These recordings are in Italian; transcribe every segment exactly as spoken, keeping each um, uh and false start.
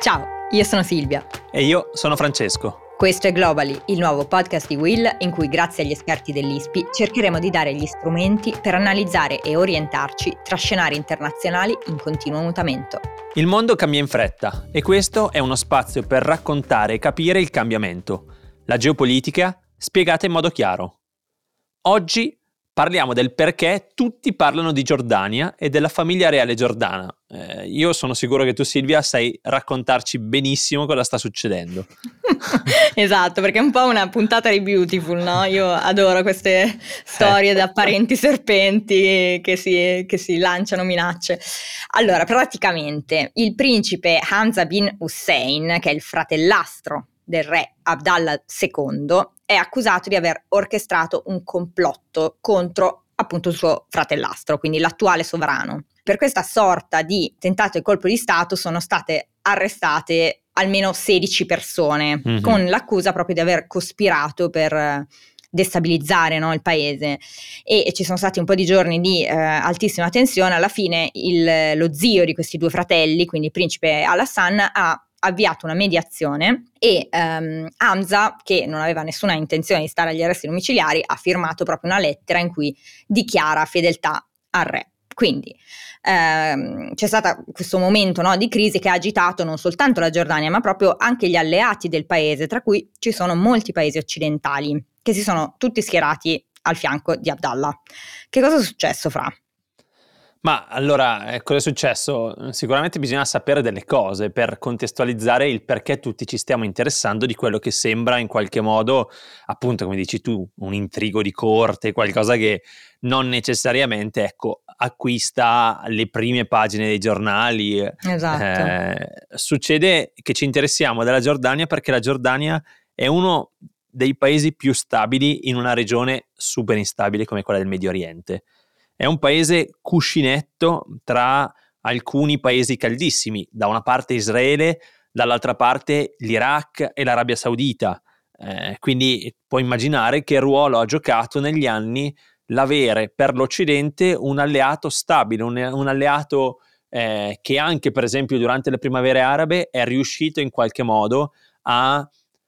Ciao, io sono Silvia. E io sono Francesco. Questo è Globally, il nuovo podcast di Will in cui grazie agli esperti dell'I S P I cercheremo di dare gli strumenti per analizzare e orientarci tra scenari internazionali in continuo mutamento. Il mondo cambia in fretta e questo è uno spazio per raccontare e capire il cambiamento. La geopolitica spiegata in modo chiaro. Oggi parliamo del perché tutti parlano di Giordania e della famiglia reale giordana. Eh, io sono sicuro che tu, Silvia, sai raccontarci benissimo cosa sta succedendo. Esatto, perché è un po' una puntata di Beautiful, no? Io adoro queste storie Eh. di apparenti serpenti che si, che si lanciano minacce. Allora, praticamente il principe Hamza bin Hussein, che è il fratellastro del re Abdallah secondo, è accusato di aver orchestrato un complotto contro appunto il suo fratellastro, quindi l'attuale sovrano. Per questa sorta di tentato di colpo di stato sono state arrestate almeno sedici persone, mm-hmm. con l'accusa proprio di aver cospirato per destabilizzare, no, il paese, e, e ci sono stati un po' di giorni di eh, altissima tensione. Alla fine il, lo zio di questi due fratelli, quindi il principe Al-Hassan, ha avviato una mediazione e um, Hamza, che non aveva nessuna intenzione di stare agli arresti domiciliari, ha firmato proprio una lettera in cui dichiara fedeltà al re. Quindi ehm, c'è stato questo momento, no, di crisi che ha agitato non soltanto la Giordania, ma proprio anche gli alleati del paese, tra cui ci sono molti paesi occidentali che si sono tutti schierati al fianco di Abdallah. Che cosa è successo, Fra? Ma allora, eh, cosa è successo? Sicuramente bisogna sapere delle cose per contestualizzare il perché tutti ci stiamo interessando di quello che sembra in qualche modo, appunto, come dici tu, un intrigo di corte, qualcosa che non necessariamente, ecco, acquista le prime pagine dei giornali. Esatto. Eh, succede che ci interessiamo della Giordania perché la Giordania è uno dei paesi più stabili in una regione super instabile come quella del Medio Oriente. È un paese cuscinetto tra alcuni paesi caldissimi, da una parte Israele, dall'altra parte l'Iraq e l'Arabia Saudita. Eh, quindi puoi immaginare che ruolo ha giocato negli anni l'avere per l'Occidente un alleato stabile, un, un alleato eh, che anche per esempio durante le primavere arabe è riuscito in qualche modo a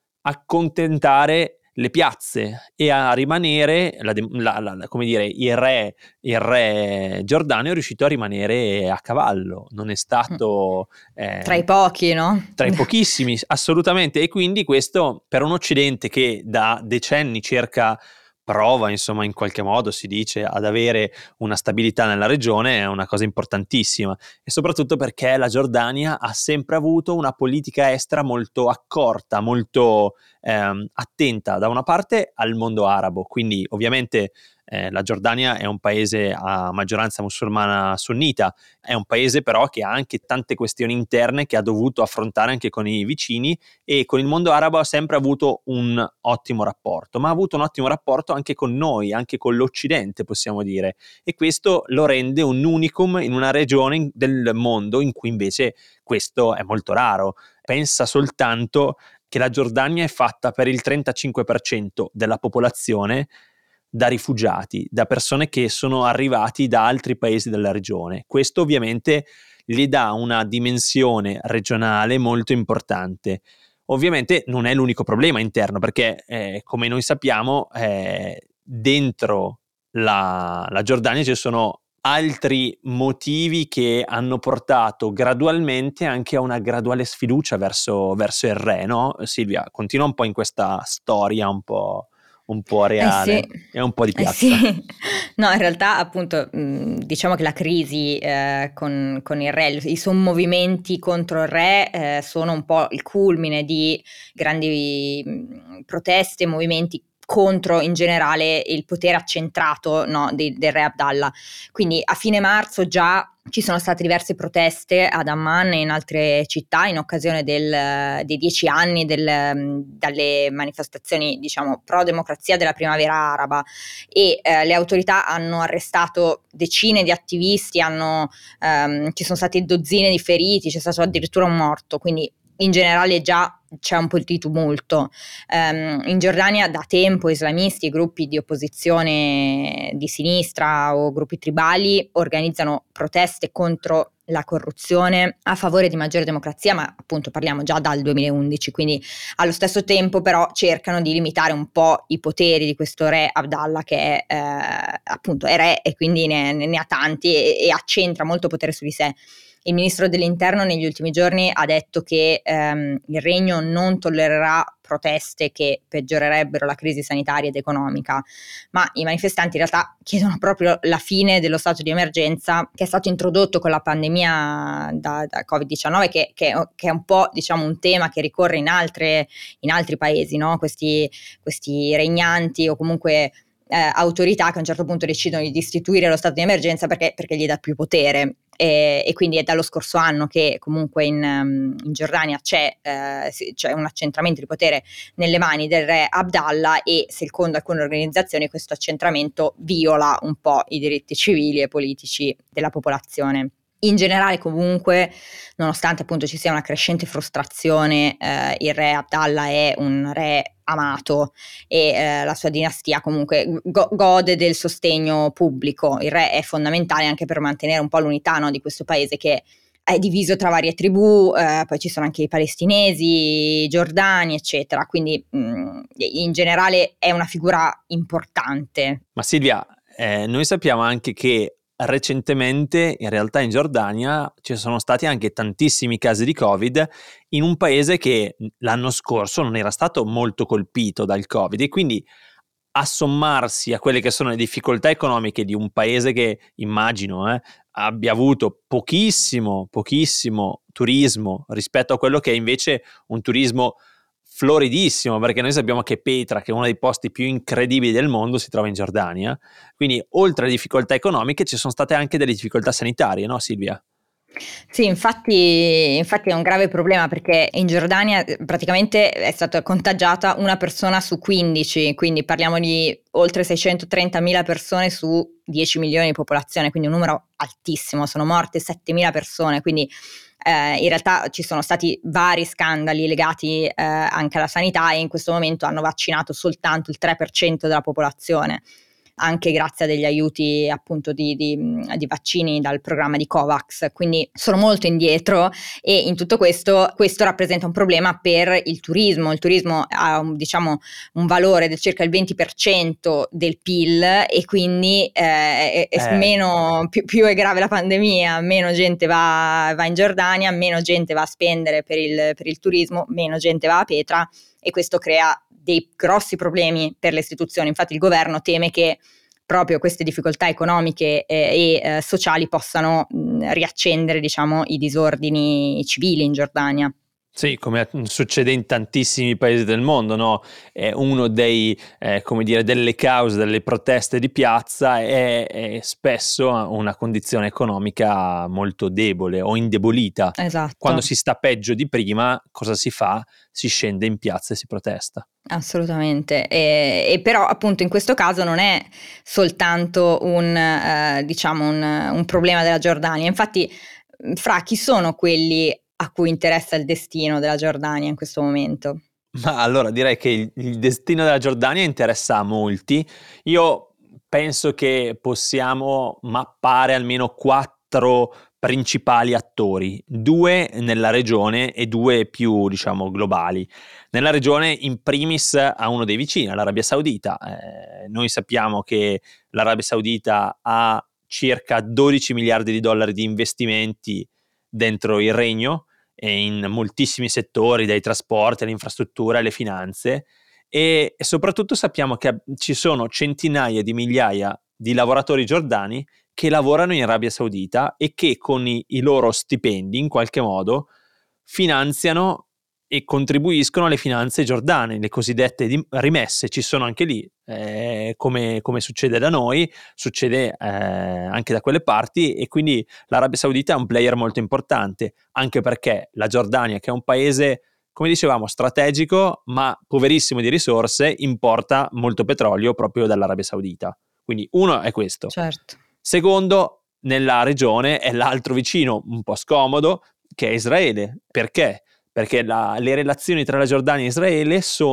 accontentare le piazze e a rimanere, la, la, la, come dire, il re, il re Giordano è riuscito a rimanere a cavallo, non è stato eh, tra i pochi, no? Tra i pochissimi, assolutamente. E quindi questo per un Occidente che da decenni cerca prova, insomma, in qualche modo si dice, ad avere una stabilità nella regione è una cosa importantissima, e soprattutto perché la Giordania ha sempre avuto una politica estera molto accorta, molto ehm, attenta da una parte al mondo arabo, quindi ovviamente eh, la Giordania è un paese a maggioranza musulmana sunnita, è un paese però che ha anche tante questioni interne che ha dovuto affrontare anche con i vicini, e con il mondo arabo ha sempre avuto un ottimo rapporto, ma ha avuto un ottimo rapporto anche con noi, anche con l'Occidente, possiamo dire, e questo lo rende un unicum in una regione del mondo in cui invece questo è molto raro. Pensa soltanto che la Giordania è fatta per il trentacinque per cento della popolazione da rifugiati, da persone che sono arrivati da altri paesi della regione. Questo ovviamente gli dà una dimensione regionale molto importante. Ovviamente non è l'unico problema interno, perché eh, come noi sappiamo eh, dentro la, la Giordania ci sono altri motivi che hanno portato gradualmente anche a una graduale sfiducia verso, verso il re, no? Silvia, continua un po' in questa storia un po', un po' reale eh sì. e un po' di piazza. Eh sì. No, in realtà appunto mh, diciamo che la crisi eh, con, con il re, i sommovimenti contro il re eh, sono un po' il culmine di grandi mh, proteste, movimenti contro in generale il potere accentrato, no, di, del re Abdallah. Quindi a fine marzo già ci sono state diverse proteste ad Amman e in altre città in occasione del, dei dieci anni del, dalle manifestazioni, diciamo, pro democrazia della primavera araba, e eh, le autorità hanno arrestato decine di attivisti, hanno, ehm, ci sono state dozzine di feriti, c'è stato addirittura un morto, quindi in generale già c'è un po' di tumulto. Um, in Giordania da tempo islamisti e gruppi di opposizione di sinistra o gruppi tribali organizzano proteste contro la corruzione, a favore di maggiore democrazia, ma appunto parliamo già dal duemilaundici, quindi allo stesso tempo però cercano di limitare un po' i poteri di questo re Abdallah, che è eh, appunto è re e quindi ne, ne ha tanti e, e accentra molto potere su di sé. Il ministro dell'interno negli ultimi giorni ha detto che ehm, il regno non tollererà proteste che peggiorerebbero la crisi sanitaria ed economica, ma i manifestanti in realtà chiedono proprio la fine dello stato di emergenza che è stato introdotto con la pandemia da, da covid diciannove, che, che, che è un po', diciamo, un tema che ricorre in, altre, in altri paesi, no? Questi, questi regnanti o comunque eh, autorità che a un certo punto decidono di istituire lo stato di emergenza perché, perché gli dà più potere. E, e quindi è dallo scorso anno che comunque in, in Giordania c'è, eh, c'è un accentramento di potere nelle mani del re Abdallah e secondo alcune organizzazioni questo accentramento viola un po' i diritti civili e politici della popolazione. In generale comunque, nonostante appunto ci sia una crescente frustrazione, eh, il re Abdallah è un re amato e eh, la sua dinastia comunque go- gode del sostegno pubblico. Il re è fondamentale anche per mantenere un po' l'unità, no, di questo paese che è diviso tra varie tribù, eh, poi ci sono anche i palestinesi, i giordani, eccetera, quindi mh, in generale è una figura importante. Ma Silvia, eh, noi sappiamo anche che recentemente in realtà in Giordania ci sono stati anche tantissimi casi di Covid in un paese che l'anno scorso non era stato molto colpito dal Covid e quindi assommarsi a quelle che sono le difficoltà economiche di un paese che immagino eh, abbia avuto pochissimo, pochissimo turismo rispetto a quello che è invece un turismo floridissimo, perché noi sappiamo che Petra, che è uno dei posti più incredibili del mondo, si trova in Giordania, quindi oltre alle difficoltà economiche ci sono state anche delle difficoltà sanitarie, no Silvia? Sì, infatti, infatti è un grave problema perché in Giordania praticamente è stata contagiata una persona su quindici, quindi parliamo di oltre seicentotrentamila persone su dieci milioni di popolazione, quindi un numero altissimo, sono morte settemila persone, quindi eh, in realtà ci sono stati vari scandali legati eh, anche alla sanità e in questo momento hanno vaccinato soltanto il tre per cento della popolazione, anche grazie a degli aiuti appunto di, di, di vaccini dal programma di Covax, quindi sono molto indietro e in tutto questo questo rappresenta un problema per il turismo. Il turismo ha un, diciamo un valore del circa il venti per cento del P I L e quindi eh, è, è Eh. meno, più, più è grave la pandemia, meno gente va, va in Giordania, meno gente va a spendere per il, per il turismo, meno gente va a Petra e questo crea dei grossi problemi per le istituzioni. Infatti il governo teme che proprio queste difficoltà economiche eh, e eh, sociali possano mh, riaccendere, diciamo, i disordini civili in Giordania. Sì, come succede in tantissimi paesi del mondo, no? È uno dei, eh, come dire, delle cause delle proteste di piazza è, è spesso una condizione economica molto debole o indebolita. Esatto. Quando si sta peggio di prima, cosa si fa? Si scende in piazza e si protesta. Assolutamente, e, e però appunto in questo caso non è soltanto un, eh, diciamo un, un problema della Giordania. Infatti, fra chi sono quelli a cui interessa il destino della Giordania in questo momento? Ma allora direi che il, il destino della Giordania interessa a molti. Io penso che possiamo mappare almeno quattro principali attori, due nella regione e due più, diciamo, globali. Nella regione in primis a uno dei vicini, l'Arabia Saudita. Eh, noi sappiamo che l'Arabia Saudita ha circa dodici miliardi di dollari di investimenti dentro il regno, in moltissimi settori, dai trasporti all'infrastruttura alle finanze e, e soprattutto sappiamo che ci sono centinaia di migliaia di lavoratori giordani che lavorano in Arabia Saudita e che con i, i loro stipendi in qualche modo finanziano e contribuiscono alle finanze giordane, le cosiddette rimesse. Ci sono anche lì, eh, come, come succede da noi, succede eh, anche da quelle parti e quindi l'Arabia Saudita è un player molto importante, anche perché la Giordania, che è un paese, come dicevamo, strategico ma poverissimo di risorse, importa molto petrolio proprio dall'Arabia Saudita. Quindi uno è questo. Certo. Secondo, nella regione è l'altro vicino un po' scomodo, che è Israele. Perché? Perché la, le relazioni tra la Giordania e Israele sono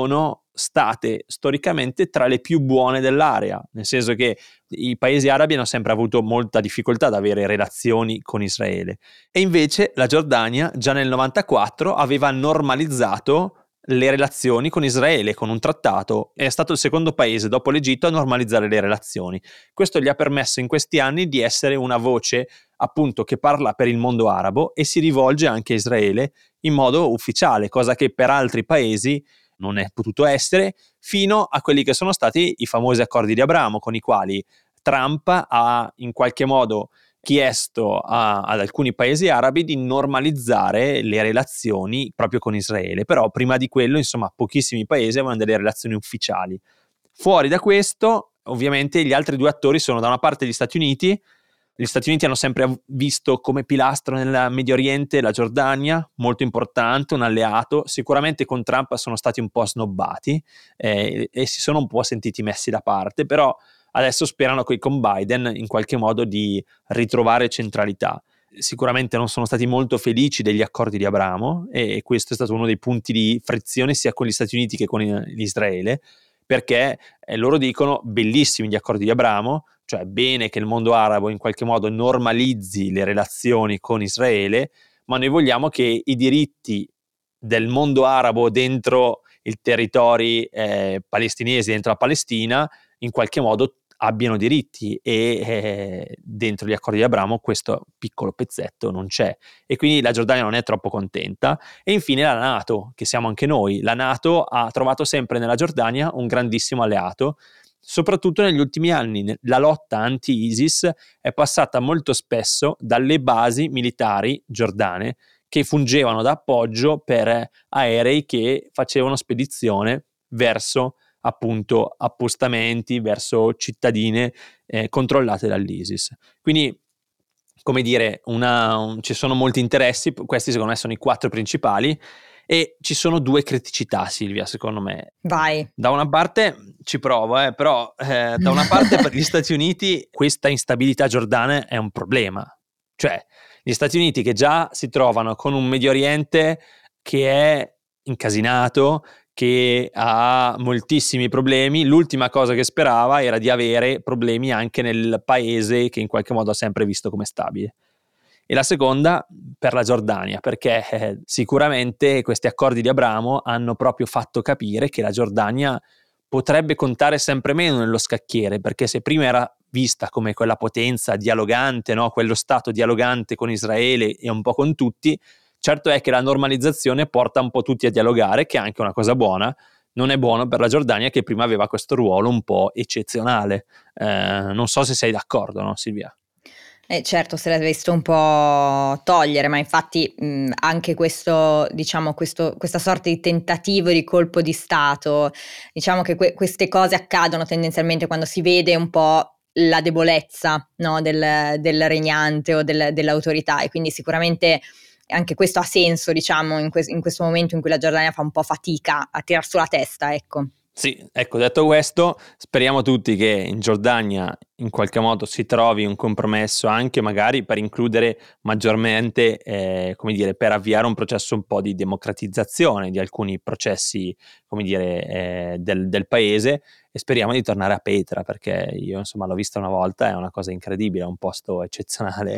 state storicamente tra le più buone dell'area, nel senso che i paesi arabi hanno sempre avuto molta difficoltà ad avere relazioni con Israele, e invece la Giordania già nel novantaquattro aveva normalizzato le relazioni con Israele con un trattato, è stato il secondo paese dopo l'Egitto a normalizzare le relazioni. Questo gli ha permesso in questi anni di essere una voce appunto che parla per il mondo arabo e si rivolge anche a Israele in modo ufficiale, cosa che per altri paesi non è potuto essere, fino a quelli che sono stati i famosi accordi di Abramo, con i quali Trump ha in qualche modo chiesto a, ad alcuni paesi arabi di normalizzare le relazioni proprio con Israele, però prima di quello, insomma, pochissimi paesi avevano delle relazioni ufficiali. Fuori da questo, ovviamente, gli altri due attori sono da una parte gli Stati Uniti. Gli Stati Uniti hanno sempre visto come pilastro nel Medio Oriente la Giordania, molto importante, un alleato. Sicuramente con Trump sono stati un po' snobbati eh, e si sono un po' sentiti messi da parte, però adesso sperano qui con Biden in qualche modo di ritrovare centralità. Sicuramente non sono stati molto felici degli accordi di Abramo e questo è stato uno dei punti di frizione sia con gli Stati Uniti che con Israele, perché eh, loro dicono bellissimi gli accordi di Abramo, cioè bene che il mondo arabo in qualche modo normalizzi le relazioni con Israele, ma noi vogliamo che i diritti del mondo arabo dentro i territori eh, palestinesi, dentro la Palestina, in qualche modo abbiano diritti e eh, dentro gli accordi di Abramo questo piccolo pezzetto non c'è e quindi la Giordania non è troppo contenta. E infine la NATO, che siamo anche noi. La NATO ha trovato sempre nella Giordania un grandissimo alleato, soprattutto negli ultimi anni. La lotta anti-ISIS è passata molto spesso dalle basi militari giordane che fungevano da appoggio per aerei che facevano spedizione verso appunto appostamenti, verso cittadine eh, controllate dall'ISIS. Quindi, come dire, una, un, ci sono molti interessi, questi secondo me sono i quattro principali, e ci sono due criticità, Silvia, secondo me. Vai. Da una parte ci provo, eh, però eh, da una parte per gli Stati Uniti questa instabilità giordana è un problema. Cioè, gli Stati Uniti che già si trovano con un Medio Oriente che è incasinato, che ha moltissimi problemi, l'ultima cosa che sperava era di avere problemi anche nel paese che in qualche modo ha sempre visto come stabile. E la seconda per la Giordania, perché eh, sicuramente questi accordi di Abramo hanno proprio fatto capire che la Giordania potrebbe contare sempre meno nello scacchiere, perché se prima era vista come quella potenza dialogante, no? Quello stato dialogante con Israele e un po' con tutti, certo è che la normalizzazione porta un po' tutti a dialogare, che è anche una cosa buona. Non è buono per la Giordania, che prima aveva questo ruolo un po' eccezionale. Eh, non so se sei d'accordo, no, Silvia? Eh, certo, se l'ha visto un po' togliere, ma infatti mh, anche questo, diciamo, questo, questa sorta di tentativo di colpo di Stato, diciamo che que- queste cose accadono tendenzialmente quando si vede un po' la debolezza, no, del, del regnante o del, dell'autorità, e quindi sicuramente anche questo ha senso, diciamo, in, que- in questo momento in cui la Giordania fa un po' fatica a tirar su la testa, ecco. Sì, ecco, detto questo, speriamo tutti che in Giordania in qualche modo si trovi un compromesso anche magari per includere maggiormente, eh, come dire, per avviare un processo un po' di democratizzazione di alcuni processi, come dire, eh, del, del paese, e speriamo di tornare a Petra, perché io insomma l'ho vista una volta, è una cosa incredibile, è un posto eccezionale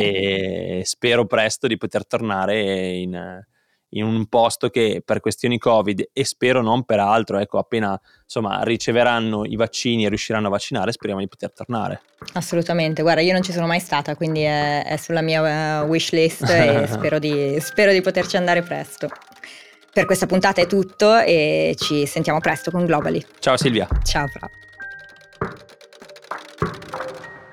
Eh. e spero presto di poter tornare in... in un posto che per questioni Covid, e spero non per altro, ecco, appena insomma riceveranno i vaccini e riusciranno a vaccinare, speriamo di poter tornare. Assolutamente, guarda, io non ci sono mai stata, quindi è, è sulla mia uh, wish list e spero di, spero di poterci andare presto. Per questa puntata è tutto e ci sentiamo presto con Globally. Ciao Silvia. Ciao Fra.